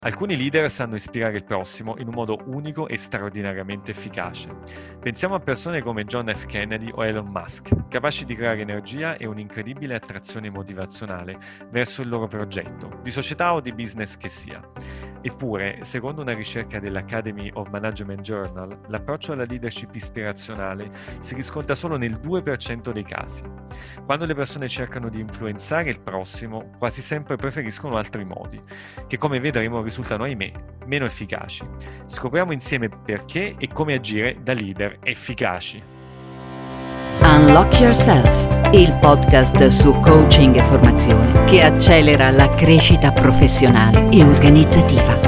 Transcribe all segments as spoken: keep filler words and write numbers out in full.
Alcuni leader sanno ispirare il prossimo in un modo unico e straordinariamente efficace. Pensiamo a persone come John F. Kennedy o Elon Musk, capaci di creare energia e un'incredibile attrazione motivazionale verso il loro progetto, di società o di business che sia. Eppure, secondo una ricerca dell'Academy of Management Journal, l'approccio alla leadership ispirazionale si riscontra solo nel due per cento dei casi. Quando le persone cercano di influenzare il prossimo, quasi sempre preferiscono altri modi, che come vedremo risultano, ahimè, meno efficaci. Scopriamo insieme perché e come agire da leader efficaci. Unlock Yourself, il podcast su coaching e formazione che accelera la crescita professionale e organizzativa.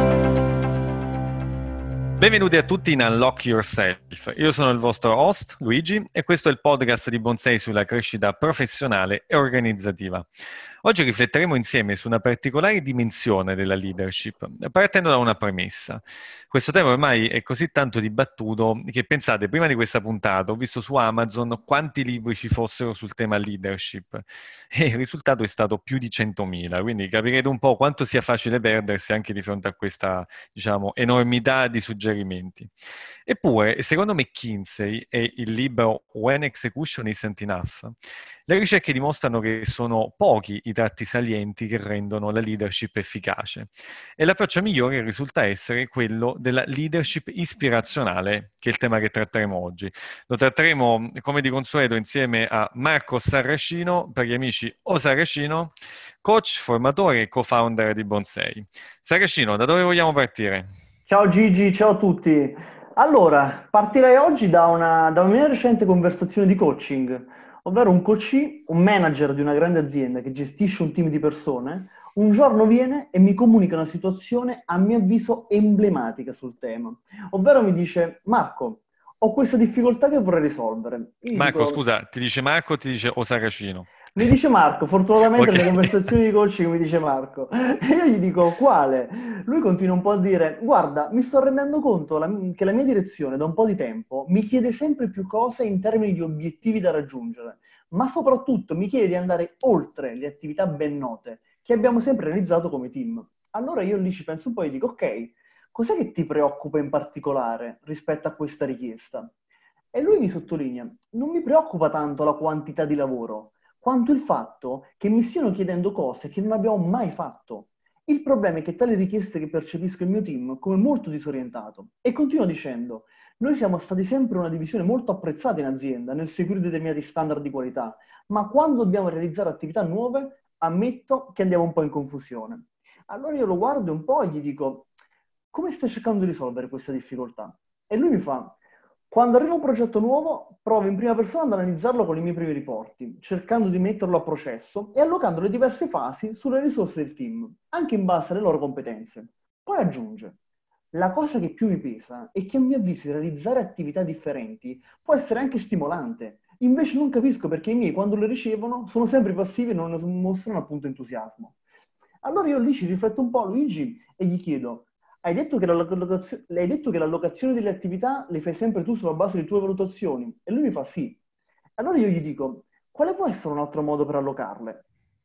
Benvenuti a tutti in Unlock Yourself. Io sono il vostro host, Luigi, e questo è il podcast di Bonsai sulla crescita professionale e organizzativa. Oggi rifletteremo insieme su una particolare dimensione della leadership, partendo da una premessa. Questo tema ormai è così tanto dibattuto che, pensate, prima di questa puntata ho visto su Amazon quanti libri ci fossero sul tema leadership e il risultato è stato più di centomila, quindi capirete un po' quanto sia facile perdersi anche di fronte a questa, diciamo, enormità di suggerimenti. Eppure, secondo McKinsey e il libro When Execution Isn't Enough, le ricerche dimostrano che sono pochi i tratti salienti che rendono la leadership efficace e l'approccio migliore risulta essere quello della leadership ispirazionale, che è il tema che tratteremo oggi. Lo tratteremo, come di consueto, insieme a Marco Sarracino, per gli amici o Sarracino, coach, formatore e co-founder di Bonsai. Sarracino, da dove vogliamo partire? Ciao Gigi, ciao a tutti. Allora, partirei oggi da una, da una mia recente conversazione di coaching, ovvero un coachee, un manager di una grande azienda che gestisce un team di persone, un giorno viene e mi comunica una situazione a mio avviso emblematica sul tema, ovvero mi dice: Marco, ho questa difficoltà che vorrei risolvere. Io Marco, dico, scusa, ti dice Marco o ti dice o Sarracino? Mi dice Marco, fortunatamente Ok. nelle conversazioni di coaching mi dice Marco. E io gli dico, quale? Lui continua un po' a dire, guarda, mi sto rendendo conto la- che la mia direzione da un po' di tempo mi chiede sempre più cose in termini di obiettivi da raggiungere, ma soprattutto mi chiede di andare oltre le attività ben note che abbiamo sempre realizzato come team. Allora io lì ci penso un po' e dico, ok, cos'è che ti preoccupa in particolare rispetto a questa richiesta? E lui mi sottolinea, non mi preoccupa tanto la quantità di lavoro, quanto il fatto che mi stiano chiedendo cose che non abbiamo mai fatto. Il problema è che tali richieste che percepisco il mio team come molto disorientato. E continuo dicendo, noi siamo stati sempre una divisione molto apprezzata in azienda nel seguire determinati standard di qualità, ma quando dobbiamo realizzare attività nuove, ammetto che andiamo un po' in confusione. Allora io lo guardo un po' e gli dico, come stai cercando di risolvere questa difficoltà? E lui mi fa, quando arriva un progetto nuovo, provo in prima persona ad analizzarlo con i miei primi riporti, cercando di metterlo a processo e allocando le diverse fasi sulle risorse del team, anche in base alle loro competenze. Poi aggiunge, la cosa che più mi pesa è che a mio avviso realizzare attività differenti può essere anche stimolante. Invece non capisco perché i miei, quando le ricevono, sono sempre passivi e non mostrano appunto entusiasmo. Allora io lì ci rifletto un po', Luigi, e gli chiedo, hai detto che l'allocazio- hai detto che l'allocazione delle attività le fai sempre tu sulla base delle tue valutazioni? E lui mi fa sì. Allora io gli dico, quale può essere un altro modo per allocarle?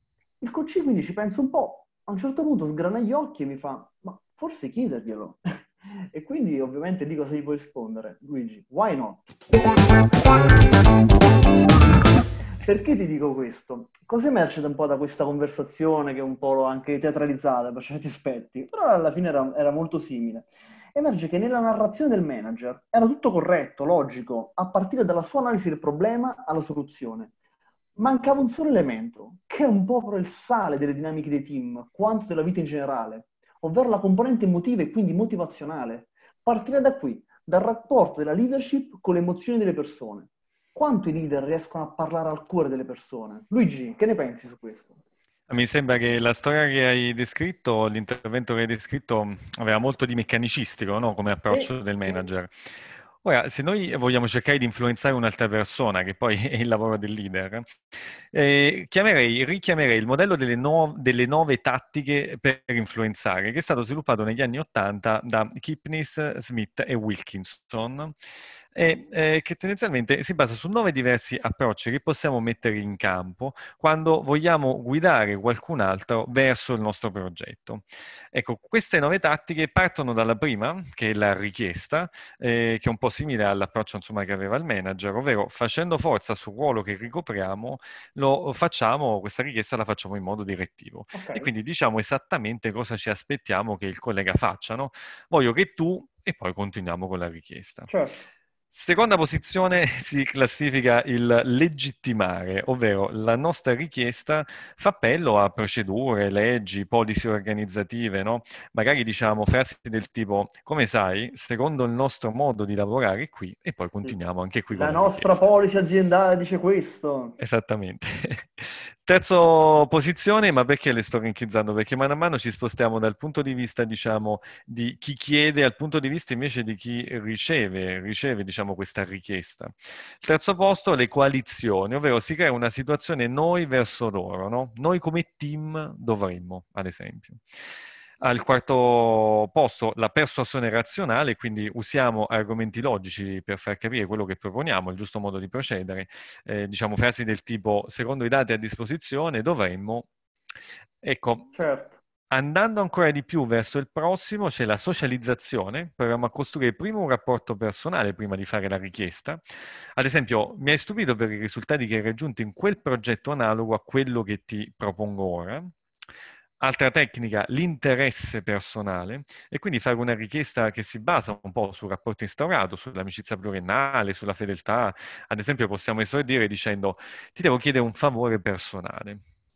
Il coach quindi ci pensa un po', a un certo punto sgrana gli occhi e mi fa, ma forse chiederglielo. E quindi ovviamente dico se gli puoi rispondere, Luigi, why not? Perché ti dico questo? Cosa emerge da un po' da questa conversazione che è un po' anche teatralizzata per certi aspetti, però alla fine era, era molto simile. Emerge che nella narrazione del manager era tutto corretto, logico, a partire dalla sua analisi del problema alla soluzione. Mancava un solo elemento, che è un po' però il sale delle dinamiche dei team, quanto della vita in generale, ovvero la componente emotiva e quindi motivazionale. Partire da qui, dal rapporto della leadership con le emozioni delle persone. Quanto i leader riescono a parlare al cuore delle persone? Luigi, che ne pensi su questo? Mi sembra che la storia che hai descritto, l'intervento che hai descritto, aveva molto di meccanicistico, no? Come Sì, approccio del sì. manager. Ora, se noi vogliamo cercare di influenzare un'altra persona, che poi è il lavoro del leader, eh, chiamerei, richiamerei il modello delle, no- delle nove tattiche per influenzare, che è stato sviluppato negli anni Ottanta da Kipnis, Smith e Wilkinson, e eh, che tendenzialmente si basa su nove diversi approcci che possiamo mettere in campo quando vogliamo guidare qualcun altro verso il nostro progetto. Ecco, queste nove tattiche partono dalla prima, che è la richiesta, eh, che è un po' simile all'approccio insomma, che aveva il manager, ovvero facendo forza sul ruolo che ricopriamo, lo facciamo, questa richiesta la facciamo in modo direttivo. Ok, E quindi diciamo esattamente cosa ci aspettiamo che il collega faccia, no? Voglio che tu, e poi continuiamo con la richiesta. certo. Seconda posizione si classifica il legittimare, ovvero la nostra richiesta fa appello a procedure, leggi, policy organizzative, no? Magari diciamo frasi del tipo, come sai, secondo il nostro modo di lavorare qui, e poi continuiamo anche qui con La la nostra richiesta. policy aziendale dice questo. Esattamente. Terzo posizione, ma perché le sto rankizzando? Perché mano a mano ci spostiamo dal punto di vista, diciamo, di chi chiede al punto di vista invece di chi riceve, riceve, diciamo, questa richiesta. Il terzo posto, le coalizioni, ovvero si crea una situazione noi verso loro, no? Noi come team dovremmo, ad esempio. Al quarto posto la persuasione razionale, quindi usiamo argomenti logici per far capire quello che proponiamo, il giusto modo di procedere, eh, diciamo frasi del tipo secondo i dati a disposizione dovremmo. Ecco, Certo. andando ancora di più verso il prossimo c'è la socializzazione, proviamo a costruire prima un rapporto personale prima di fare la richiesta. Ad esempio, mi hai stupito per i risultati che hai raggiunto in quel progetto analogo a quello che ti propongo ora. Altra tecnica, l'interesse personale, e quindi fare una richiesta che si basa un po' sul rapporto instaurato, sull'amicizia pluriennale, sulla fedeltà. Ad esempio possiamo esordire dicendo ti devo chiedere un favore personale.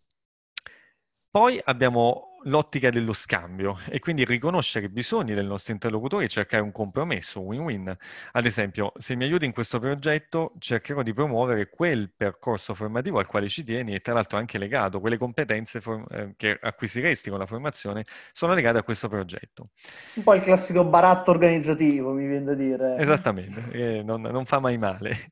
Poi abbiamo l'ottica dello scambio e quindi riconoscere i bisogni del nostro interlocutore e cercare un compromesso, un win-win. Ad esempio, se mi aiuti in questo progetto, cercherò di promuovere quel percorso formativo al quale ci tieni e tra l'altro anche legato, quelle competenze for- eh, che acquisiresti con la formazione sono legate a questo progetto. Un po' il classico baratto organizzativo, mi viene da dire. Esattamente, eh, non, non fa mai male.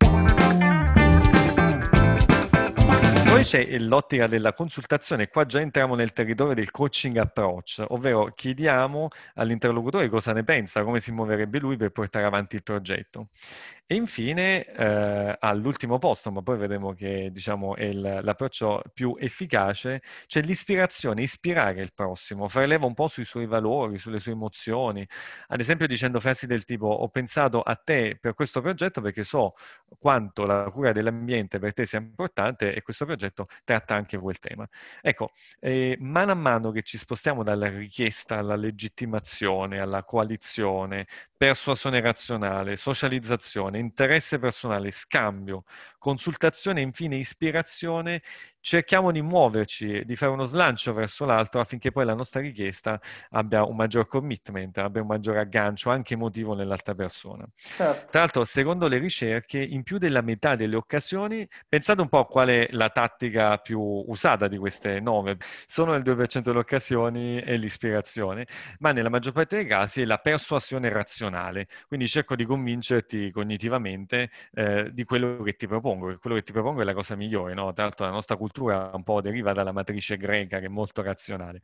Poi c'è l'ottica della consultazione, qua già entriamo nel territorio del coaching approach, ovvero chiediamo all'interlocutore cosa ne pensa, come si muoverebbe lui per portare avanti il progetto. E infine, eh, all'ultimo posto, ma poi vedremo che diciamo, è il- l'approccio più efficace, c'è l'ispirazione, ispirare il prossimo, fare leva un po' sui suoi valori, sulle sue emozioni, ad esempio dicendo frasi del tipo ho pensato a te per questo progetto perché so quanto la cura dell'ambiente per te sia importante e questo progetto tratta anche quel tema. Ecco, eh, mano a mano che ci spostiamo dalla richiesta alla legittimazione, alla coalizione, persuasione razionale, socializzazione, interesse personale, scambio, consultazione e infine ispirazione, cerchiamo di muoverci, di fare uno slancio verso l'altro affinché poi la nostra richiesta abbia un maggior commitment, abbia un maggior aggancio anche emotivo nell'altra persona. Certo. Tra l'altro, secondo le ricerche, in più della metà delle occasioni, pensate un po' qual è la tattica più usata di queste nove, sono il due per cento delle occasioni è l'ispirazione, ma nella maggior parte dei casi è la persuasione razionale, quindi cerco di convincerti cognitivamente eh, di quello che ti propongo, che quello che ti propongo è la cosa migliore, no? Tra l'altro la nostra cultura un po' deriva dalla matrice greca che è molto razionale.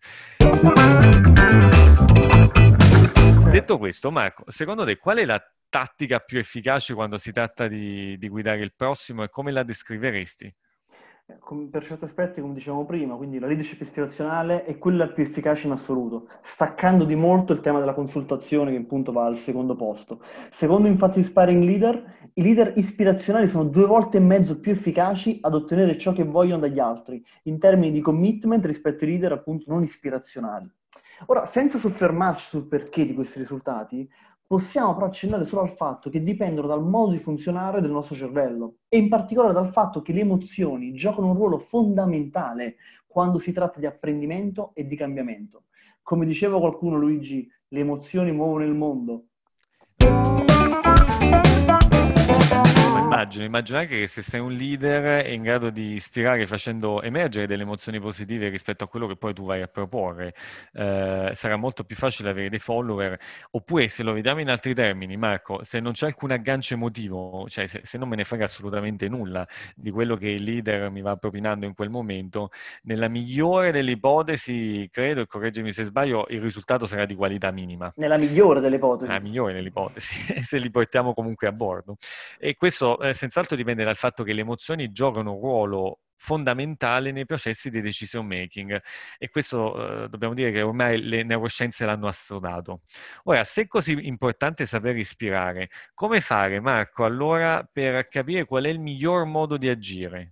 Detto questo, Marco, secondo te qual è la tattica più efficace quando si tratta di, di guidare il prossimo e come la descriveresti? Per certi aspetti, come dicevamo prima, quindi la leadership ispirazionale è quella più efficace in assoluto, staccando di molto il tema della consultazione che appunto va al secondo posto. Secondo infatti Inspiring Leader, i leader ispirazionali sono due volte e mezzo più efficaci ad ottenere ciò che vogliono dagli altri, in termini di commitment rispetto ai leader appunto non ispirazionali. Ora, senza soffermarci sul perché di questi risultati, possiamo però accennare solo al fatto che dipendono dal modo di funzionare del nostro cervello e in particolare dal fatto che le emozioni giocano un ruolo fondamentale quando si tratta di apprendimento e di cambiamento. Come diceva qualcuno, Luigi, le emozioni muovono il mondo. Come immagino, immagino anche che se sei un leader è in grado di ispirare facendo emergere delle emozioni positive rispetto a quello che poi tu vai a proporre, eh, sarà molto più facile avere dei follower. Oppure, se lo vediamo in altri termini, Marco, se non c'è alcun aggancio emotivo, cioè se, se non me ne frega assolutamente nulla di quello che il leader mi va propinando in quel momento, nella migliore delle ipotesi, credo, e correggimi se sbaglio, il risultato sarà di qualità minima. Nella migliore delle La ipotesi. migliore delle ipotesi, se li portiamo comunque a bordo. E questo eh, senz'altro dipende dal fatto che le emozioni giocano un ruolo fondamentale nei processi di decision making, e questo eh, dobbiamo dire che ormai le neuroscienze l'hanno assodato. Ora, se è così importante saper ispirare, come fare, Marco, allora per capire qual è il miglior modo di agire?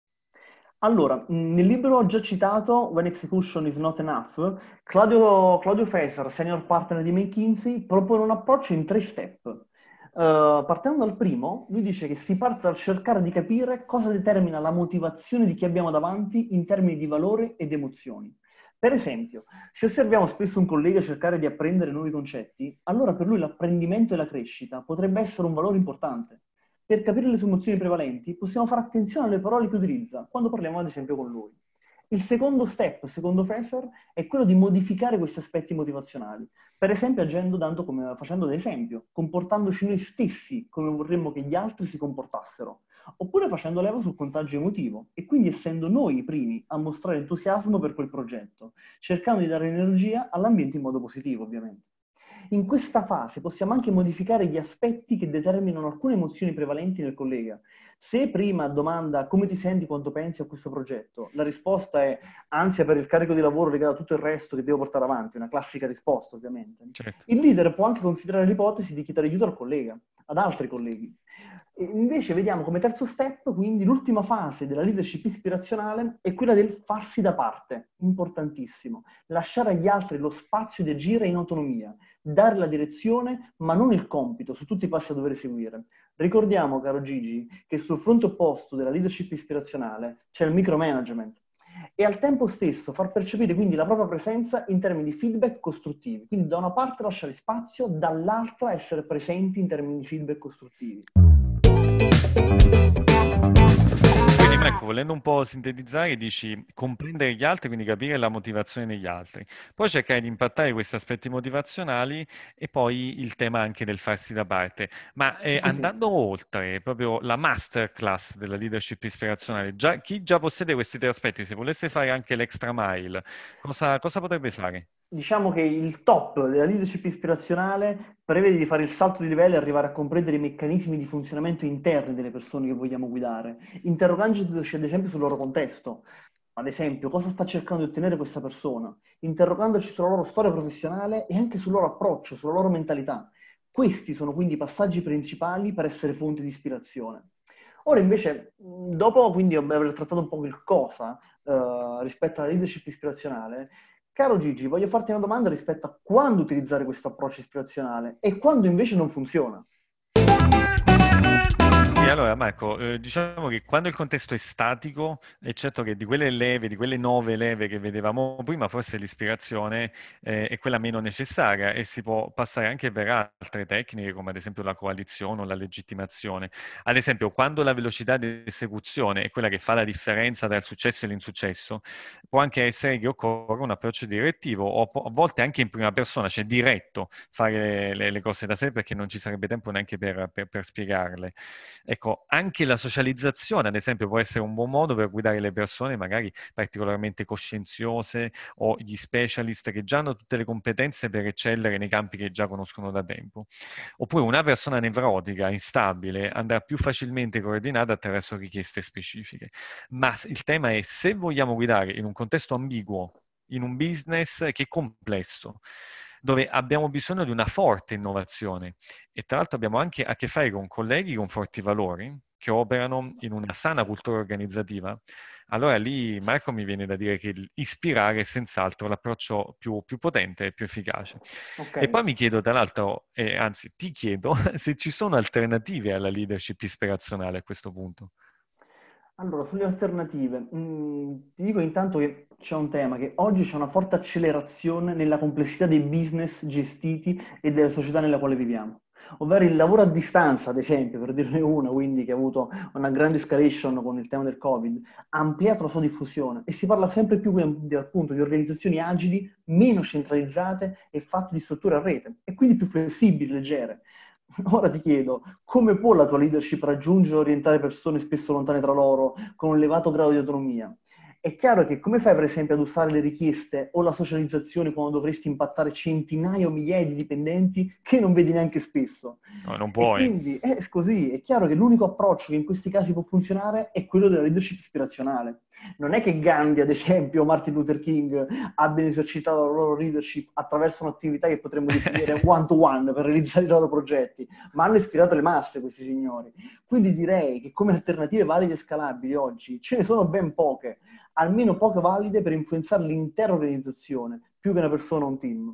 Allora, mh, nel libro già citato, When Execution is Not Enough, Claudio, Claudio Feser, senior partner di McKinsey, propone un approccio in tre step. Uh, partendo dal primo, lui dice che si parte dal cercare di capire cosa determina la motivazione di chi abbiamo davanti in termini di valore ed emozioni. Per esempio, se osserviamo spesso un collega cercare di apprendere nuovi concetti, allora per lui l'apprendimento e la crescita potrebbe essere un valore importante. Per capire le sue emozioni prevalenti, possiamo fare attenzione alle parole che utilizza quando parliamo ad esempio con lui. Il secondo step, secondo Feser, è quello di modificare questi aspetti motivazionali. Per esempio agendo tanto come, facendo ad esempio, comportandoci noi stessi come vorremmo che gli altri si comportassero, oppure facendo leva sul contagio emotivo e quindi essendo noi i primi a mostrare entusiasmo per quel progetto, cercando di dare energia all'ambiente in modo positivo, ovviamente. In questa fase possiamo anche modificare gli aspetti che determinano alcune emozioni prevalenti nel collega. Se prima domanda come ti senti quando pensi a questo progetto, la risposta è ansia per il carico di lavoro legato a tutto il resto che devo portare avanti, una classica risposta ovviamente. Certo. Il leader può anche considerare l'ipotesi di chiedere aiuto al collega, ad altri colleghi. E invece vediamo come terzo step, quindi l'ultima fase della leadership ispirazionale è quella del farsi da parte, importantissimo, lasciare agli altri lo spazio di agire in autonomia, dare la direzione ma non il compito su tutti i passi a dover seguire. Ricordiamo, caro Gigi, che sul fronte opposto della leadership ispirazionale c'è il micromanagement e al tempo stesso far percepire quindi la propria presenza in termini di feedback costruttivi. Quindi da una parte lasciare spazio, dall'altra essere presenti in termini di feedback costruttivi. Quindi Marco, volendo un po' sintetizzare, dici comprendere gli altri, quindi capire la motivazione degli altri, poi cercare di impattare questi aspetti motivazionali e poi il tema anche del farsi da parte. Ma eh, andando oltre proprio la masterclass della leadership ispirazionale, già, chi già possiede questi tre aspetti, se volesse fare anche l'extra mile, cosa, cosa potrebbe fare? Diciamo che il top della leadership ispirazionale prevede di fare il salto di livello e arrivare a comprendere i meccanismi di funzionamento interni delle persone che vogliamo guidare, interrogandoci ad esempio sul loro contesto. Ad esempio, cosa sta cercando di ottenere questa persona? Interrogandoci sulla loro storia professionale e anche sul loro approccio, sulla loro mentalità. Questi sono quindi i passaggi principali per essere fonte di ispirazione. Ora invece, dopo quindi aver trattato un po' il cosa eh, rispetto alla leadership ispirazionale, caro Gigi, voglio farti una domanda rispetto a quando utilizzare questo approccio ispirazionale e quando invece non funziona. E allora Marco, eh, diciamo che quando il contesto è statico, è certo che di quelle leve, di quelle nove leve che vedevamo prima, forse l'ispirazione eh, è quella meno necessaria e si può passare anche per altre tecniche, come ad esempio la coalizione o la legittimazione. Ad esempio, quando la velocità di esecuzione è quella che fa la differenza tra il successo e l'insuccesso, può anche essere che occorra un approccio direttivo o a volte anche in prima persona, cioè diretto, fare le, le cose da sé perché non ci sarebbe tempo neanche per, per, per spiegarle. Ecco, anche la socializzazione, ad esempio, può essere un buon modo per guidare le persone magari particolarmente coscienziose o gli specialist che già hanno tutte le competenze per eccellere nei campi che già conoscono da tempo. Oppure una persona nevrotica, instabile, andrà più facilmente coordinata attraverso richieste specifiche. Ma il tema è se vogliamo guidare in un contesto ambiguo, in un business che è complesso, dove abbiamo bisogno di una forte innovazione e tra l'altro abbiamo anche a che fare con colleghi con forti valori che operano in una sana cultura organizzativa, allora lì Marco mi viene da dire che ispirare è senz'altro l'approccio più, più potente e più efficace. Okay. E poi mi chiedo tra l'altro, eh, anzi ti chiedo se ci sono alternative alla leadership ispirazionale a questo punto. Allora, sulle alternative, mh, ti dico intanto che c'è un tema, che oggi c'è una forte accelerazione nella complessità dei business gestiti e della società nella quale viviamo. Ovvero il lavoro a distanza, ad esempio, per dirne una, quindi che ha avuto una grande escalation con il tema del Covid, ha ampliato la sua diffusione e si parla sempre più di, appunto, di organizzazioni agili, meno centralizzate e fatte di strutture a rete, e quindi più flessibili, leggere. Ora ti chiedo, come può la tua leadership raggiungere e orientare persone spesso lontane tra loro, con un elevato grado di autonomia? È chiaro che come fai per esempio ad usare le richieste o la socializzazione quando dovresti impattare centinaia o migliaia di dipendenti che non vedi neanche spesso? No, non E puoi. quindi è così, è chiaro che l'unico approccio che in questi casi può funzionare è quello della leadership ispirazionale. Non è che Gandhi, ad esempio, o Martin Luther King abbiano esercitato la loro leadership attraverso un'attività che potremmo definire one-to-one per realizzare i loro progetti, ma hanno ispirato le masse questi signori. Quindi direi che come alternative valide e scalabili oggi ce ne sono ben poche, almeno poche valide per influenzare l'intera organizzazione, più che una persona o un team.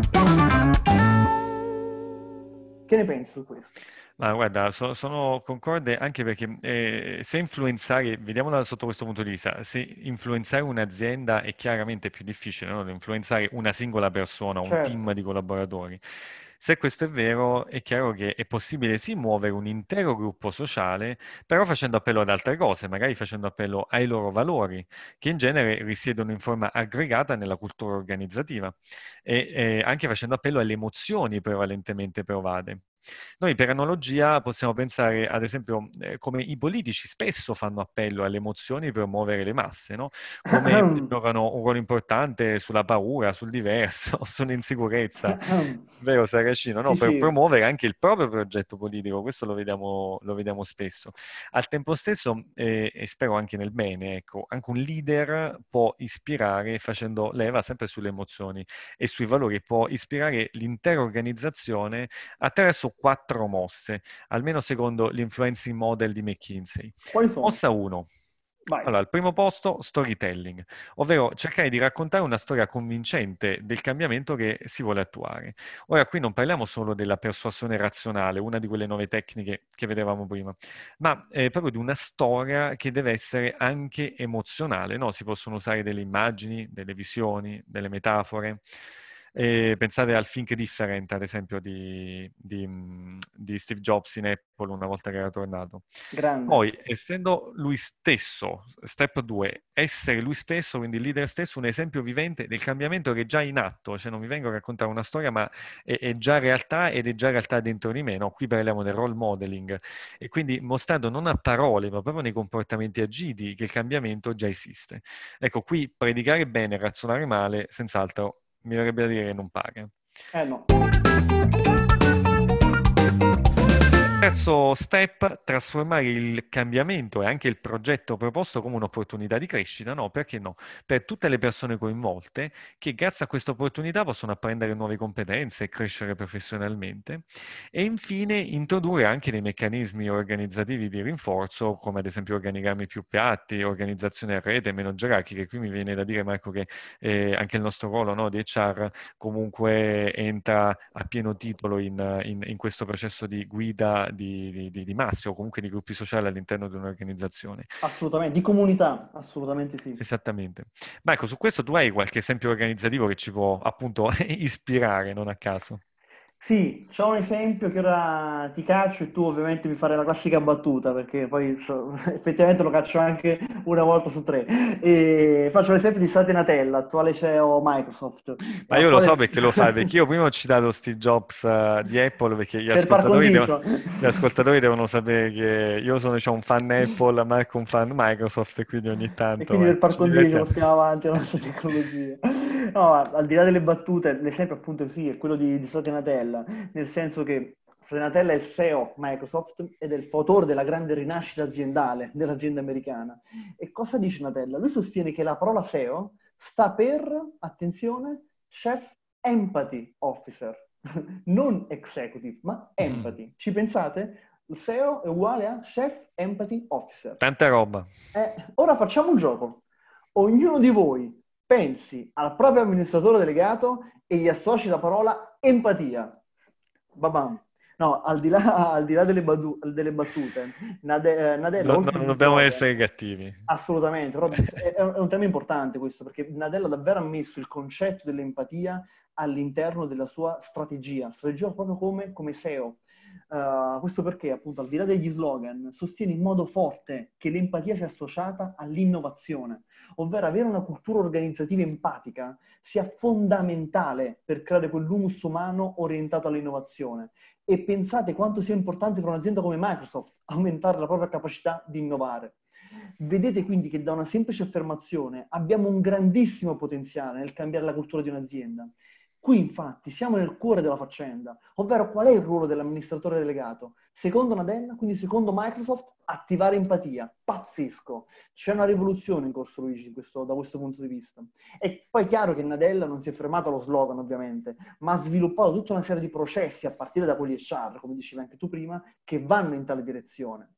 Che ne pensi su questo? Ma guarda, so- sono concorde anche perché eh, se influenzare, vediamola sotto questo punto di vista, se influenzare un'azienda è chiaramente più difficile, no? Di influenzare una singola persona, un team Certo. di collaboratori. Se questo è vero, è chiaro che è possibile sì muovere un intero gruppo sociale, però facendo appello ad altre cose, magari facendo appello ai loro valori, che in genere risiedono in forma aggregata nella cultura organizzativa e eh, anche facendo appello alle emozioni prevalentemente provate. Noi per analogia possiamo pensare, ad esempio, eh, come i politici spesso fanno appello alle emozioni per muovere le masse, no? Come giocano un ruolo importante sulla paura, sul diverso, sull'insicurezza. Vero, Saracino? No, Sì, per sì. promuovere anche il proprio progetto politico, questo lo vediamo, lo vediamo spesso. Al tempo stesso, eh, e spero anche nel bene, ecco, anche un leader può ispirare facendo leva sempre sulle emozioni e sui valori, può ispirare l'intera organizzazione attraverso quattro mosse, almeno secondo l'influencing model di McKinsey. Quali sono? Mossa uno. Vai. Allora, al primo posto, storytelling, ovvero cercare di raccontare una storia convincente del cambiamento che si vuole attuare. Ora, qui non parliamo solo della persuasione razionale, una di quelle nuove tecniche che vedevamo prima, ma eh, proprio di una storia che deve essere anche emozionale, no? Si possono usare delle immagini, delle visioni, delle metafore. E pensate al Think Different, ad esempio, di, di, mh, di Steve Jobs in Apple una volta che era tornato. Grande. Poi, essendo lui stesso, step due, essere lui stesso, quindi il leader stesso, un esempio vivente del cambiamento che è già in atto, cioè non vi vengo a raccontare una storia, ma è, è già realtà ed è già realtà dentro di me, no? Qui parliamo del role modeling e quindi mostrando non a parole, ma proprio nei comportamenti agiti che il cambiamento già esiste. Ecco, qui predicare bene e razionare male, senz'altro mi verrebbe da dire che non paga. Eh no. Terzo step, trasformare il cambiamento e anche il progetto proposto come un'opportunità di crescita, no? Perché no? Per tutte le persone coinvolte che grazie a questa opportunità possono apprendere nuove competenze e crescere professionalmente. E infine introdurre anche dei meccanismi organizzativi di rinforzo, come ad esempio organigrammi più piatti, organizzazione a rete, meno gerarchiche. Qui mi viene da dire, Marco, che eh, anche il nostro ruolo, no, di H R comunque entra a pieno titolo in, in- in questo processo di guida di, di, di masse o comunque di gruppi sociali all'interno di un'organizzazione. Assolutamente. Di comunità, assolutamente sì. Esattamente. Marco, su questo tu hai qualche esempio organizzativo che ci può appunto ispirare, non a caso? Sì, c'ho un esempio che ora ti caccio e tu ovviamente mi farai la classica battuta perché poi so- effettivamente lo caccio anche una volta su tre. E faccio l'esempio di Satya Nadella, attuale C E O Microsoft, Ma io lo so attuale... perché lo fai, perché io prima ho citato Steve Jobs eh, di Apple perché gli per par ascoltatori, devo- condicio. gli ascoltatori devono sapere che io sono diciamo, un fan Apple, Marco un fan Microsoft e quindi ogni E tanto quindi per ecco, par ci condicio divertiamo. portiamo avanti la nostra tecnologia. No, ma al di là delle battute, l'esempio appunto sì, è quello di, di Satya Nadella, nel senso che Satya Nadella è il C E O Microsoft ed è il fautore della grande rinascita aziendale dell'azienda americana. E cosa dice Nadella? Lui sostiene che la parola C E O sta per, attenzione, Chief Empathy Officer, non Executive, ma Empathy. Ci pensate? Il C E O è uguale a Chief Empathy Officer. Tanta roba. Eh, ora facciamo un gioco. Ognuno di voi pensi al proprio amministratore delegato e gli associ la parola empatia. Babam. No, al di là, al di là delle, badu- delle battute, Nade- eh, Nadella, No- oltre a non dobbiamo discutere, essere cattivi. assolutamente, però è, è un tema importante questo, perché Nadella ha davvero ha messo il concetto dell'empatia all'interno della sua strategia, strategia proprio come, come S E O. Uh, questo perché, appunto, al di là degli slogan, sostiene in modo forte che l'empatia sia associata all'innovazione, ovvero avere una cultura organizzativa empatica sia fondamentale per creare quell'humus umano orientato all'innovazione. E pensate quanto sia importante per un'azienda come Microsoft aumentare la propria capacità di innovare. Vedete quindi che da una semplice affermazione abbiamo un grandissimo potenziale nel cambiare la cultura di un'azienda. Qui infatti siamo nel cuore della faccenda, ovvero qual è il ruolo dell'amministratore delegato? Secondo Nadella, quindi secondo Microsoft, attivare empatia. Pazzesco! C'è una rivoluzione in corso, Luigi, questo, da questo punto di vista. E poi è chiaro che Nadella non si è fermato allo slogan, ovviamente, ma ha sviluppato tutta una serie di processi, a partire da quelli H R, come dicevi anche tu prima, che vanno in tale direzione.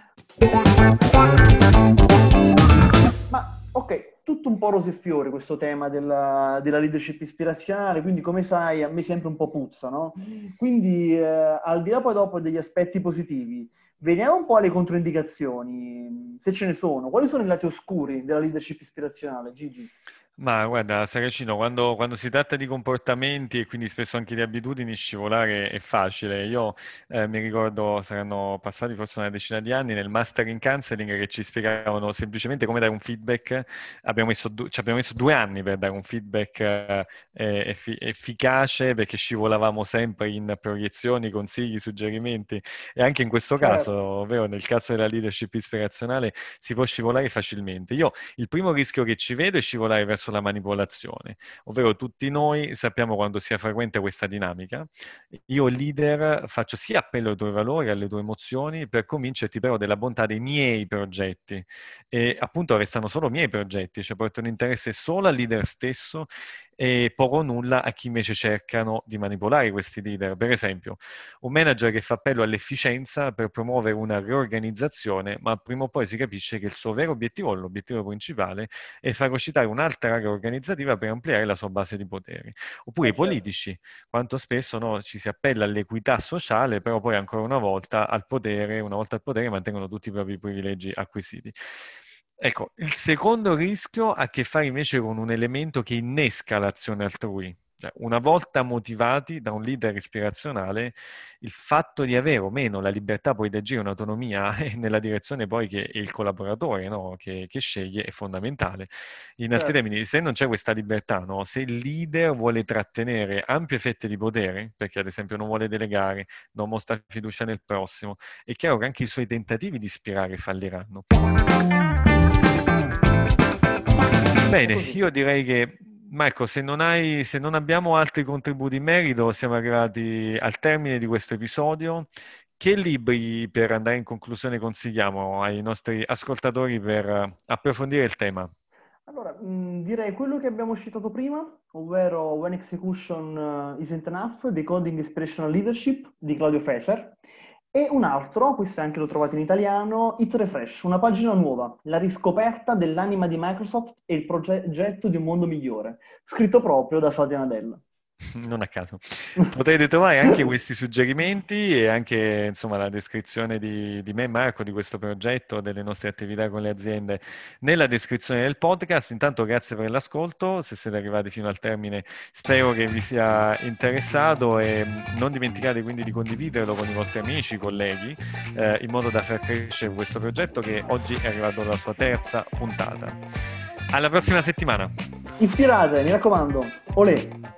Ma, ok, tutto un po' rose e fiori questo tema della, della leadership ispirazionale, quindi come sai a me sempre un po' puzza, no? Quindi eh, al di là poi dopo degli aspetti positivi, veniamo un po' alle controindicazioni, se ce ne sono. Quali sono i lati oscuri della leadership ispirazionale, Gigi? Ma guarda, Saracino, quando, quando si tratta di comportamenti e quindi spesso anche di abitudini, scivolare è facile. Io eh, mi ricordo, saranno passati forse una decina di anni, nel Master in Counseling che ci spiegavano semplicemente come dare un feedback. Abbiamo messo, du- ci abbiamo messo due anni per dare un feedback eh, effi- efficace, perché scivolavamo sempre in proiezioni, consigli, suggerimenti. E anche in questo caso, Certo. ovvero nel caso della leadership ispirazionale, si può scivolare facilmente. Io il primo rischio che ci vedo è scivolare verso la manipolazione, ovvero tutti noi sappiamo quando sia frequente questa dinamica. Io leader faccio sì appello ai tuoi valori, alle tue emozioni, per convincerti però della bontà dei miei progetti, e appunto restano solo miei progetti, cioè porto un interesse solo al leader stesso e poco o nulla a chi invece cercano di manipolare questi leader. Per esempio, un manager che fa appello all'efficienza per promuovere una riorganizzazione, ma prima o poi si capisce che il suo vero obiettivo, l'obiettivo principale, è fagocitare un'altra area organizzativa per ampliare la sua base di poteri. Oppure Eh, i certo. politici, quanto spesso no, ci si appella all'equità sociale, però poi ancora una volta al potere, una volta al potere mantengono tutti i propri privilegi acquisiti. Ecco, il secondo rischio ha a che fare invece con un elemento che innesca l'azione altrui. Cioè, una volta motivati da un leader ispirazionale, il fatto di avere o meno la libertà poi di agire, un'autonomia nella direzione poi che è il collaboratore, no? che, che sceglie, è fondamentale. In altri Certo. termini, se non c'è questa libertà, no? Se il leader vuole trattenere ampie fette di potere, perché ad esempio non vuole delegare, non mostra fiducia nel prossimo, è chiaro che anche i suoi tentativi di ispirare falliranno. Bene, Così. io direi che Marco, se non hai, se non abbiamo altri contributi in merito, siamo arrivati al termine di questo episodio. Che libri per andare in conclusione consigliamo ai nostri ascoltatori per approfondire il tema? Allora, mh, direi quello che abbiamo citato prima, ovvero When Execution uh, Isn't Enough, Decoding Inspirational Leadership di Claudio Feser, e un altro, questo anche lo trovate in italiano, It Refresh, una pagina nuova, la riscoperta dell'anima di Microsoft e il progetto di un mondo migliore, scritto proprio da Satya Nadella. Non a caso. Potrete trovare anche questi suggerimenti e anche insomma la descrizione di, di me e Marco di questo progetto, delle nostre attività con le aziende nella descrizione del podcast. Intanto grazie per l'ascolto, se siete arrivati fino al termine spero che vi sia interessato e non dimenticate quindi di condividerlo con i vostri amici, colleghi, eh, in modo da far crescere questo progetto che oggi è arrivato alla sua terza puntata. Alla prossima settimana! Ispirate, mi raccomando. Olè!